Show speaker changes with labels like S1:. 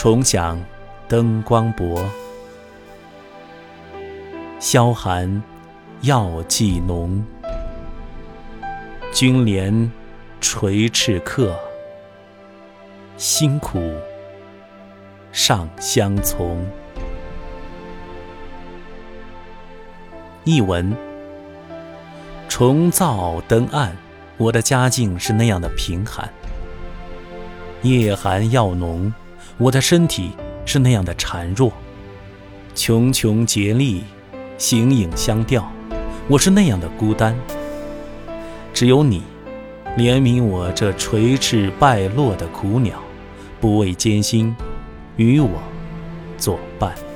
S1: 重响灯光薄，萧寒药剂浓。君怜垂翅客，辛苦尚相从。译文：重灶登岸，我的家境是那样的贫寒；夜寒药浓，我的身体是那样的孱弱；茕茕孑立，形影相吊，我是那样的孤单。只有你怜悯我这垂翅败落的苦鸟，不畏艰辛，与我作伴。